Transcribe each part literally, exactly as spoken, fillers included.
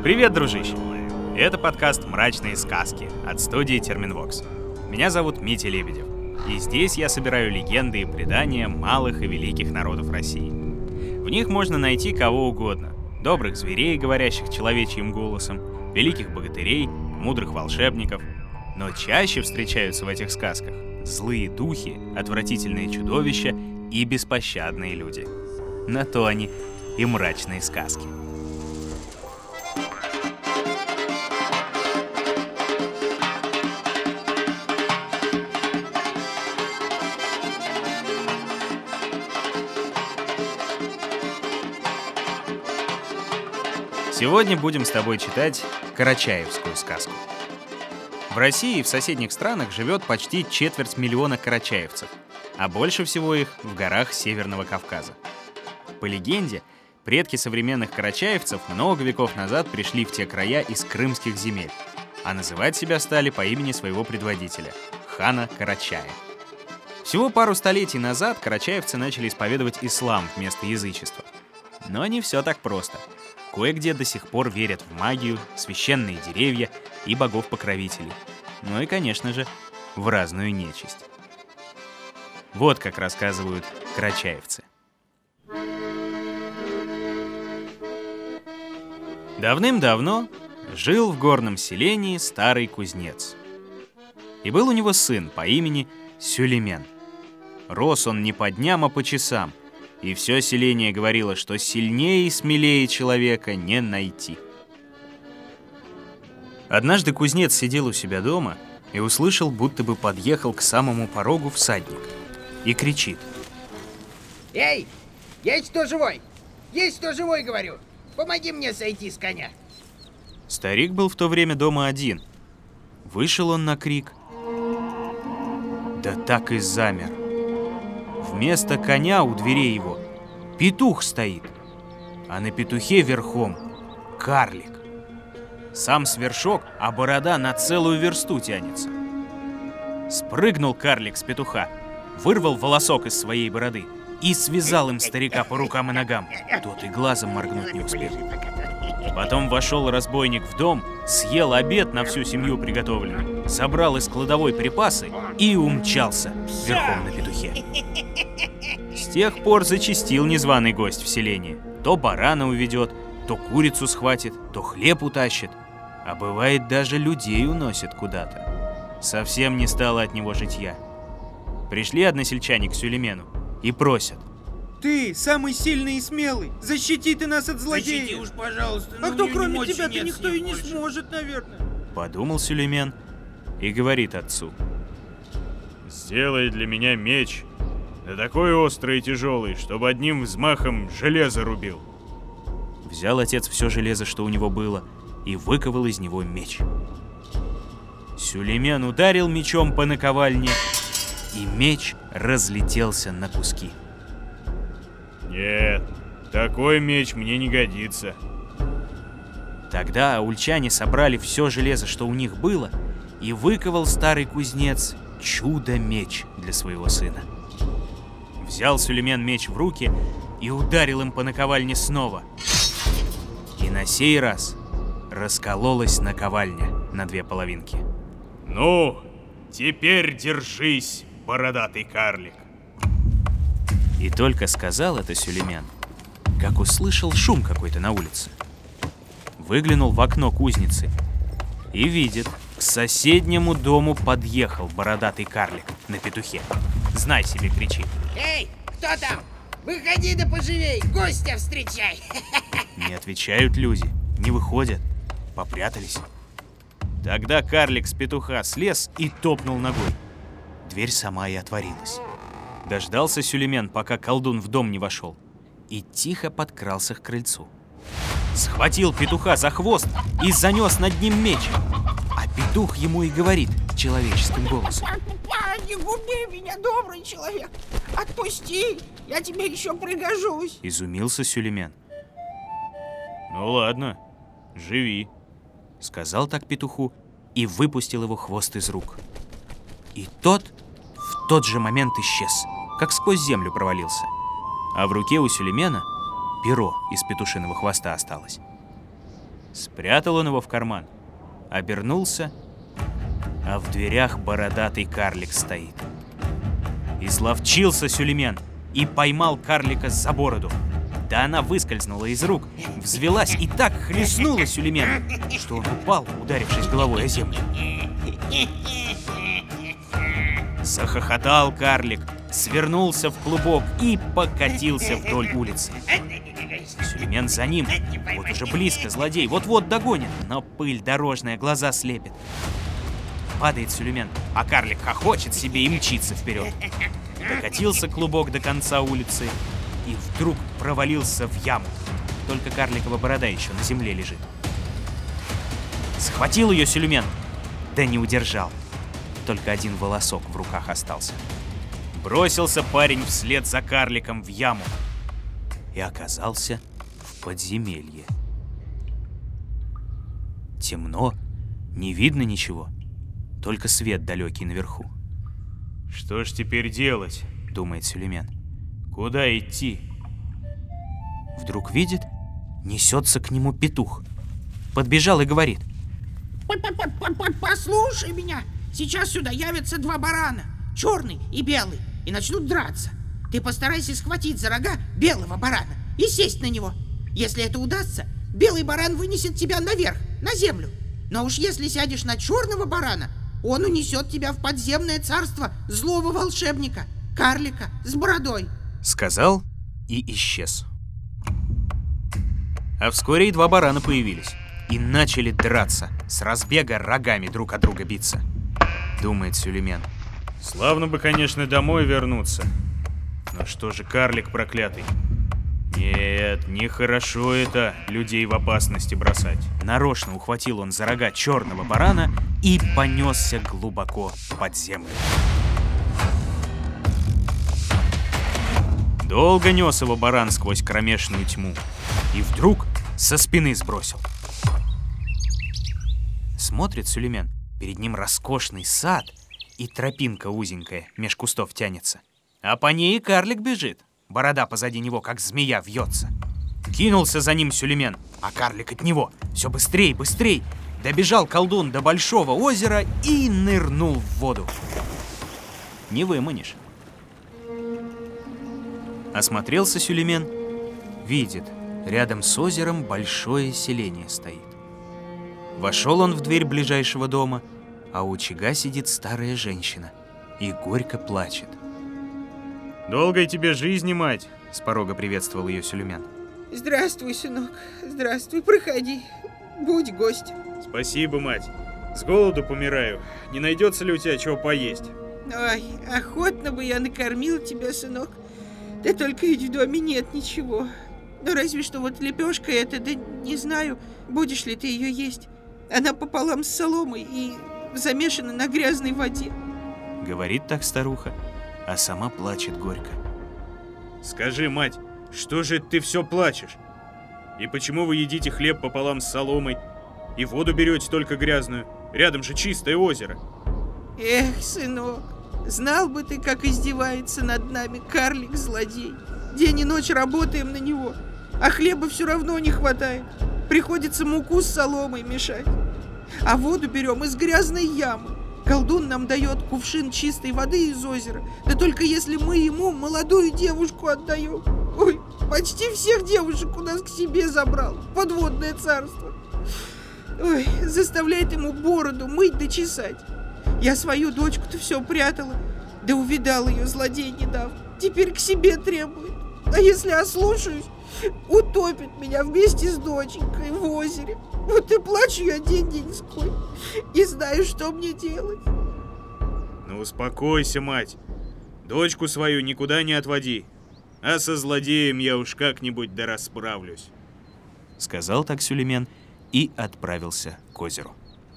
Привет, дружище! Это подкаст «Мрачные сказки» от студии Терминвокс. Меня зовут Митя Лебедев, и здесь я собираю легенды и предания малых и великих народов России. В них можно найти кого угодно: добрых зверей, говорящих человечьим голосом, великих богатырей, мудрых волшебников. Но чаще встречаются в этих сказках злые духи, отвратительные чудовища и беспощадные люди. На то они и мрачные сказки. Сегодня будем с тобой читать карачаевскую сказку. В России и в соседних странах живет почти четверть миллиона карачаевцев, а больше всего их в горах Северного Кавказа. По легенде, предки современных карачаевцев много веков назад пришли в те края из крымских земель, а называть себя стали по имени своего предводителя — хана Карачая. Всего пару столетий назад карачаевцы начали исповедовать ислам вместо язычества. Но не все так просто. Кое-где до сих пор верят в магию, священные деревья и богов-покровителей. Ну и, конечно же, в разную нечисть. Вот как рассказывают карачаевцы. Давным-давно жил в горном селении старый кузнец. И был у него сын по имени Сюлеймен. Рос он не по дням, а по часам. И все селение говорило, что сильнее и смелее человека не найти. Однажды кузнец сидел у себя дома и услышал, будто бы подъехал к самому порогу всадник. И кричит: «Эй, есть кто живой? Есть кто живой, говорю! Помоги мне сойти с коня!» Старик был в то время дома один. Вышел он на крик, да так и замер. Вместо коня у дверей его петух стоит, а на петухе верхом карлик. Сам с вершок, а борода на целую версту тянется. Спрыгнул карлик с петуха, вырвал волосок из своей бороды и связал им старика по рукам и ногам. Тот и глазом моргнуть не успел. Потом вошел разбойник в дом, съел обед на всю семью приготовленный, забрал из кладовой припасы и умчался верхом на петухе. С тех пор зачастил незваный гость в селении. То барана уведет, то курицу схватит, то хлеб утащит, а бывает даже людей уносит куда-то. Совсем не стало от него житья. Пришли односельчане к Сюлеймену и просят: «Ты самый сильный и смелый, защити ты нас от злодеев! Защити уж, пожалуйста, а ну, кто мне кроме не тебя-то нет никто и не больше. сможет, наверное!» Подумал Сюлеймен и говорит отцу: «Сделай для меня меч, да такой острый и тяжелый, чтобы одним взмахом железо рубил». Взял отец все железо, что у него было, и выковал из него меч. Сюлеймен ударил мечом по наковальне, и меч разлетелся на куски. «Нет, такой меч мне не годится». Тогда аульчане собрали все железо, что у них было, и выковал старый кузнец чудо-меч для своего сына. Взял Сюлеймен меч в руки и ударил им по наковальне снова. И на сей раз раскололась наковальня на две половинки. «Ну, теперь держись, бородатый карлик». И только сказал это Сюлеймен, как услышал шум какой-то на улице. Выглянул в окно кузницы и видит, к соседнему дому подъехал бородатый карлик на петухе. Знай себе, кричит: «Эй, кто там? Выходи да поживей, гостя встречай!» Не отвечают люди, не выходят, попрятались. Тогда карлик с петуха слез и топнул ногой. Дверь сама и отворилась. Дождался Сюлеймен, пока колдун в дом не вошел, и тихо подкрался к крыльцу. Схватил петуха за хвост и занес над ним меч. А петух ему и говорит человеческим голосом: «Не губи меня, добрый человек! Отпусти! Я тебе еще пригожусь!» Изумился Сюлеймен. «Ну ладно, живи», — сказал так петуху и выпустил его хвост из рук. И тот в тот же момент исчез, как сквозь землю провалился. А в руке у Сюлеймена перо из петушиного хвоста осталось. Спрятал он его в карман, обернулся, а в дверях бородатый карлик стоит. Изловчился Сюлеймен и поймал карлика за бороду. Да она выскользнула из рук, взвелась и так хлестнула Сюлеймена, что он упал, ударившись головой о землю. Захохотал карлик, свернулся в клубок и покатился вдоль улицы. Сюлеймен за ним. Вот уже близко злодей, вот-вот догонит, но пыль дорожная глаза слепит. Падает Сюлеймен, а карлик хохочет себе и мчится вперед. Докатился клубок до конца улицы и вдруг провалился в яму. Только карликова борода еще на земле лежит. Схватил ее Сюлеймен, да не удержал. Только один волосок в руках остался. Бросился парень вслед за карликом в яму и оказался в подземелье. Темно, не видно ничего, только свет далекий наверху. Что ж теперь делать? Думает Сюлеймен. Куда идти? Вдруг видит, несется к нему петух. Подбежал и говорит: Послушай меня, сейчас сюда явятся два барана, черный и белый, и начнут драться. Ты постарайся схватить за рога белого барана и сесть на него. Если это удастся, белый баран вынесет тебя наверх, на землю. Но уж если сядешь на черного барана, он унесет тебя в подземное царство злого волшебника, карлика с бородой. Сказал и исчез. А вскоре и два барана появились и начали драться, с разбега рогами друг от друга биться. Думает Сюлеймен. Славно бы, конечно, домой вернуться. Но что же карлик проклятый? Нет, нехорошо это, людей в опасности бросать. Нарочно ухватил он за рога черного барана и понесся глубоко под землю. Долго нес его баран сквозь кромешную тьму и вдруг со спины сбросил. Смотрит Сюлеймен, перед ним роскошный сад и тропинка узенькая меж кустов тянется. А по ней и карлик бежит. Борода позади него, как змея, вьется. Кинулся за ним Сюлеймен, а карлик от него. Все быстрей, быстрей. Добежал колдун до большого озера и нырнул в воду. Не выманишь. Осмотрелся Сюлеймен. Видит, рядом с озером большое селение стоит. Вошел он в дверь ближайшего дома, а у очага сидит старая женщина и горько плачет. Долгой тебе жизни, мать! С порога приветствовал ее Сюлеймен. Здравствуй, сынок, здравствуй, проходи, будь гостем. Спасибо, мать. С голоду помираю. Не найдется ли у тебя чего поесть? Ой, охотно бы я накормил тебя, сынок. Да только ведь в доме нет ничего. Ну разве что вот лепешка эта, да не знаю, будешь ли ты ее есть. Она пополам с соломой и замешана на грязной воде. Говорит так старуха, а сама плачет горько. Скажи, мать, что же ты все плачешь? И почему вы едите хлеб пополам с соломой и воду берете только грязную? Рядом же чистое озеро. Эх, сынок, знал бы ты, как издевается над нами карлик-злодей. День и ночь работаем на него, а хлеба все равно не хватает. Приходится муку с соломой мешать. А воду берем из грязной ямы. Колдун нам дает кувшин чистой воды из озера, да только если мы ему молодую девушку отдаем. Ой, почти всех девушек у нас к себе забрал, подводное царство. Ой, заставляет ему бороду мыть да чесать. Я свою дочку-то все прятала, да увидал ее злодей недавно. Теперь к себе требует. А если ослушаюсь, утопит меня вместе с доченькой в озере. Вот и плачу я день-деньской. Не знаю, что мне делать. Ну успокойся, мать. Дочку свою никуда не отводи. А со злодеем я уж как-нибудь да расправлюсь. Сказал так Сюлеймен и отправился к озеру.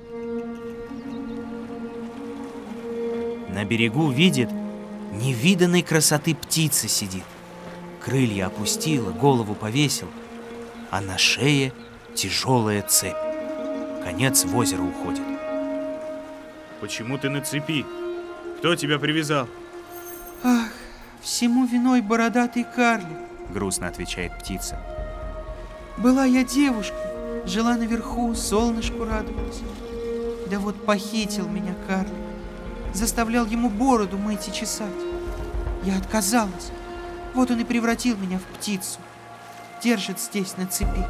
На берегу видит, невиданной красоты птица сидит. Крылья опустила, голову повесил, а на шее тяжелая цепь. Конец в озеро уходит. Почему ты на цепи? Кто тебя привязал? Ах, всему виной бородатый карлик. Грустно отвечает птица. Была я девушкой, Жила наверху, солнышку радовалась. Да вот похитил меня карлик. Заставлял ему бороду мыть и чесать. Я отказалась. Вот он и превратил меня в птицу. Держит здесь на цепи.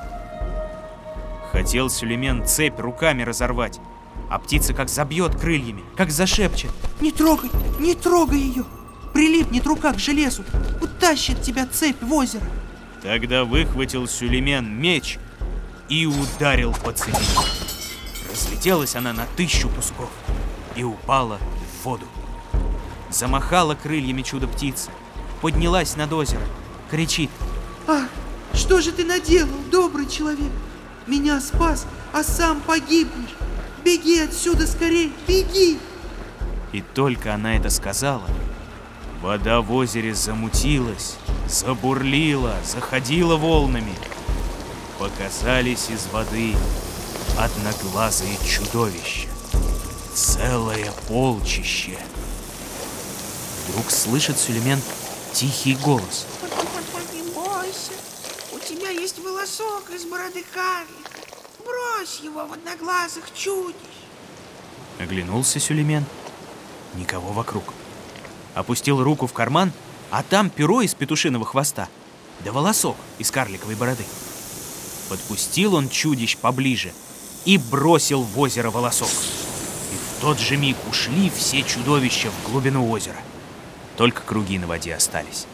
Хотел Сюлеймен цепь руками разорвать, а птица как забьет крыльями, как зашепчет. Не трогай, не трогай ее. Прилипнет рука к железу, утащит тебя цепь в озеро. Тогда выхватил Сюлеймен меч и ударил по цепи. Разлетелась она на тысячу кусков и упала в воду. Замахала крыльями чудо-птица, поднялась над озеро, кричит: «А, что же ты наделал, добрый человек? Меня спас, а сам погибнешь. Беги отсюда скорей, беги!» И только она это сказала, вода в озере замутилась, забурлила, заходила волнами. Показались из воды одноглазые чудовища, целое полчище. Вдруг слышит Сюлеймен тихий голос: «Не бойся, у тебя есть волосок из бороды карлика. Брось его в одноглазых чудищ». Оглянулся Сюлеймен. Никого вокруг. Опустил руку в карман, а там перо из петушиного хвоста, да волосок из карликовой бороды. Подпустил он чудищ поближе и бросил в озеро волосок. И в тот же миг ушли все чудовища в глубину озера. Только круги на воде остались.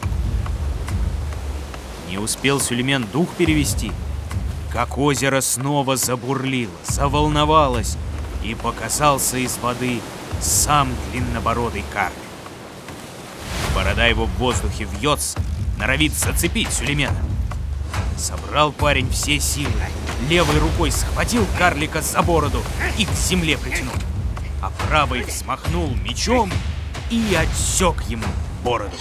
Не успел Сюлеймен дух перевести, как озеро снова забурлило, заволновалось, и показался из воды сам длиннобородый карлик. Борода его в воздухе вьется, норовит зацепить Сюлеймена. Собрал парень все силы, левой рукой схватил карлика за бороду и к земле притянул, а правой взмахнул мечом и отсек ему бороду.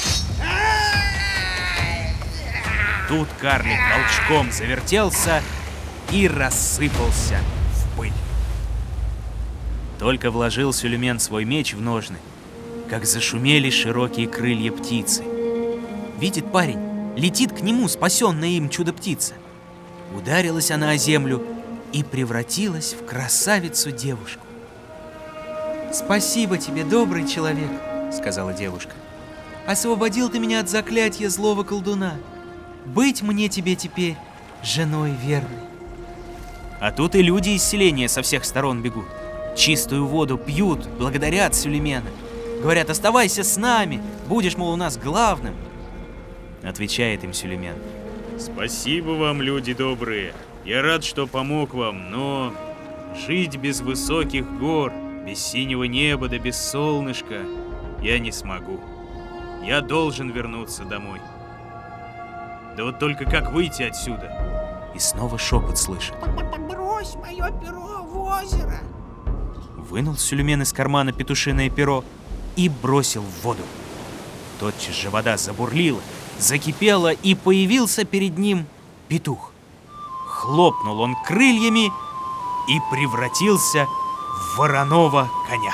Тут карлик толчком завертелся и рассыпался в пыль. Только вложил Сюлеймен свой меч в ножны, как зашумели широкие крылья птицы. Видит парень, летит к нему спасенная им чудо-птица. Ударилась она о землю и превратилась в красавицу-девушку. «Спасибо тебе, добрый человек», — сказала девушка. «Освободил ты меня от заклятия злого колдуна. Быть мне тебе теперь женой верной». А тут и люди из селения со всех сторон бегут. Чистую воду пьют, благодарят Сюлеймена. Говорят: оставайся с нами, будешь, мол, у нас главным. Отвечает им Сюлеймен: Спасибо вам, люди добрые. Я рад, что помог вам, но жить без высоких гор, без синего неба да без солнышка я не смогу. Я должен вернуться домой. Да вот только как выйти отсюда? И снова шепот слышит. «Брось мое перо в озеро». Вынул Сюлеймен из кармана петушиное перо и бросил в воду. Тотчас же вода забурлила, закипела, и появился перед ним петух. Хлопнул он крыльями и превратился в вороного коня.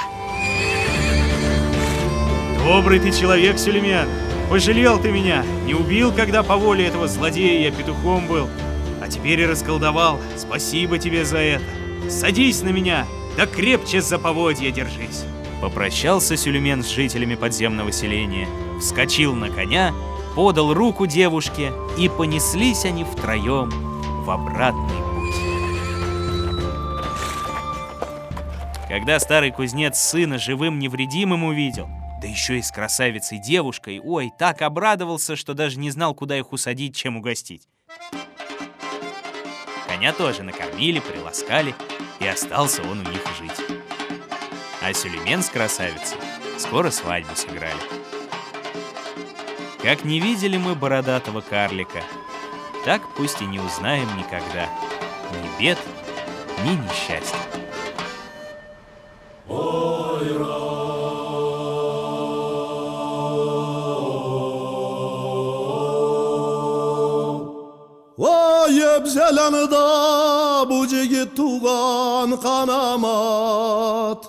Добрый ты человек, Сюлеймен. Пожалел ты меня, не убил, когда по воле этого злодея я петухом был, а теперь и расколдовал. Спасибо тебе за это. Садись на меня, да крепче за поводья держись. Попрощался Сюлеймен с жителями подземного селения, вскочил на коня, подал руку девушке, и понеслись они втроем в обратный путь. Когда старый кузнец сына живым невредимым увидел, да еще и с красавицей девушкой, ой, так обрадовался, что даже не знал, куда их усадить, чем угостить. Коня тоже накормили, приласкали, и остался он у них жить. А Сюлеймен с красавицей скоро свадьбу сыграли. Как не видели мы бородатого карлика, так пусть и не узнаем никогда ни бед, ни несчастья. Yebzelanıda bu cigit tuğan kanamat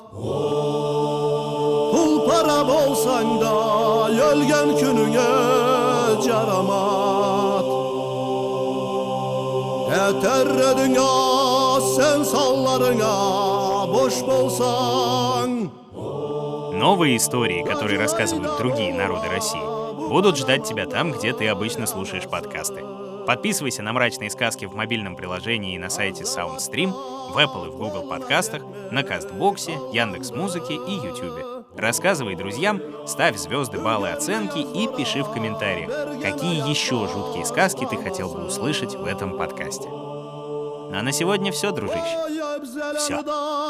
Pul para bolsan da yölgen gününe caramat Terre dünya sen sallarına boş bolsan. Новые истории, которые рассказывают другие народы России, будут ждать тебя там, где ты обычно слушаешь подкасты. Подписывайся на «Мрачные сказки» в мобильном приложении и на сайте Soundstream, в Apple и в Google подкастах, на Кастбоксе, Яндекс.Музыке и Ютубе. Рассказывай друзьям, ставь звезды, баллы, оценки и пиши в комментариях, какие еще жуткие сказки ты хотел бы услышать в этом подкасте. А на сегодня все, дружище. Все.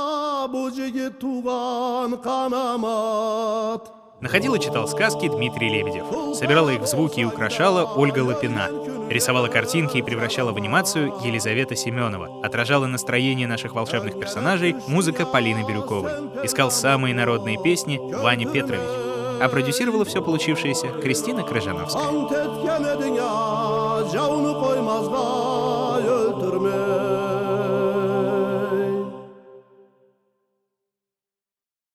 Находил и читал сказки Дмитрий Лебедев. Собирала их в звуки и украшала Ольга Лапина. Рисовала картинки и превращала в анимацию Елизавета Семенова. Отражала настроение наших волшебных персонажей музыка Полины Бирюковой. Искал самые народные песни Ваня Петрович. А продюсировала все получившееся Кристина Крыжановская.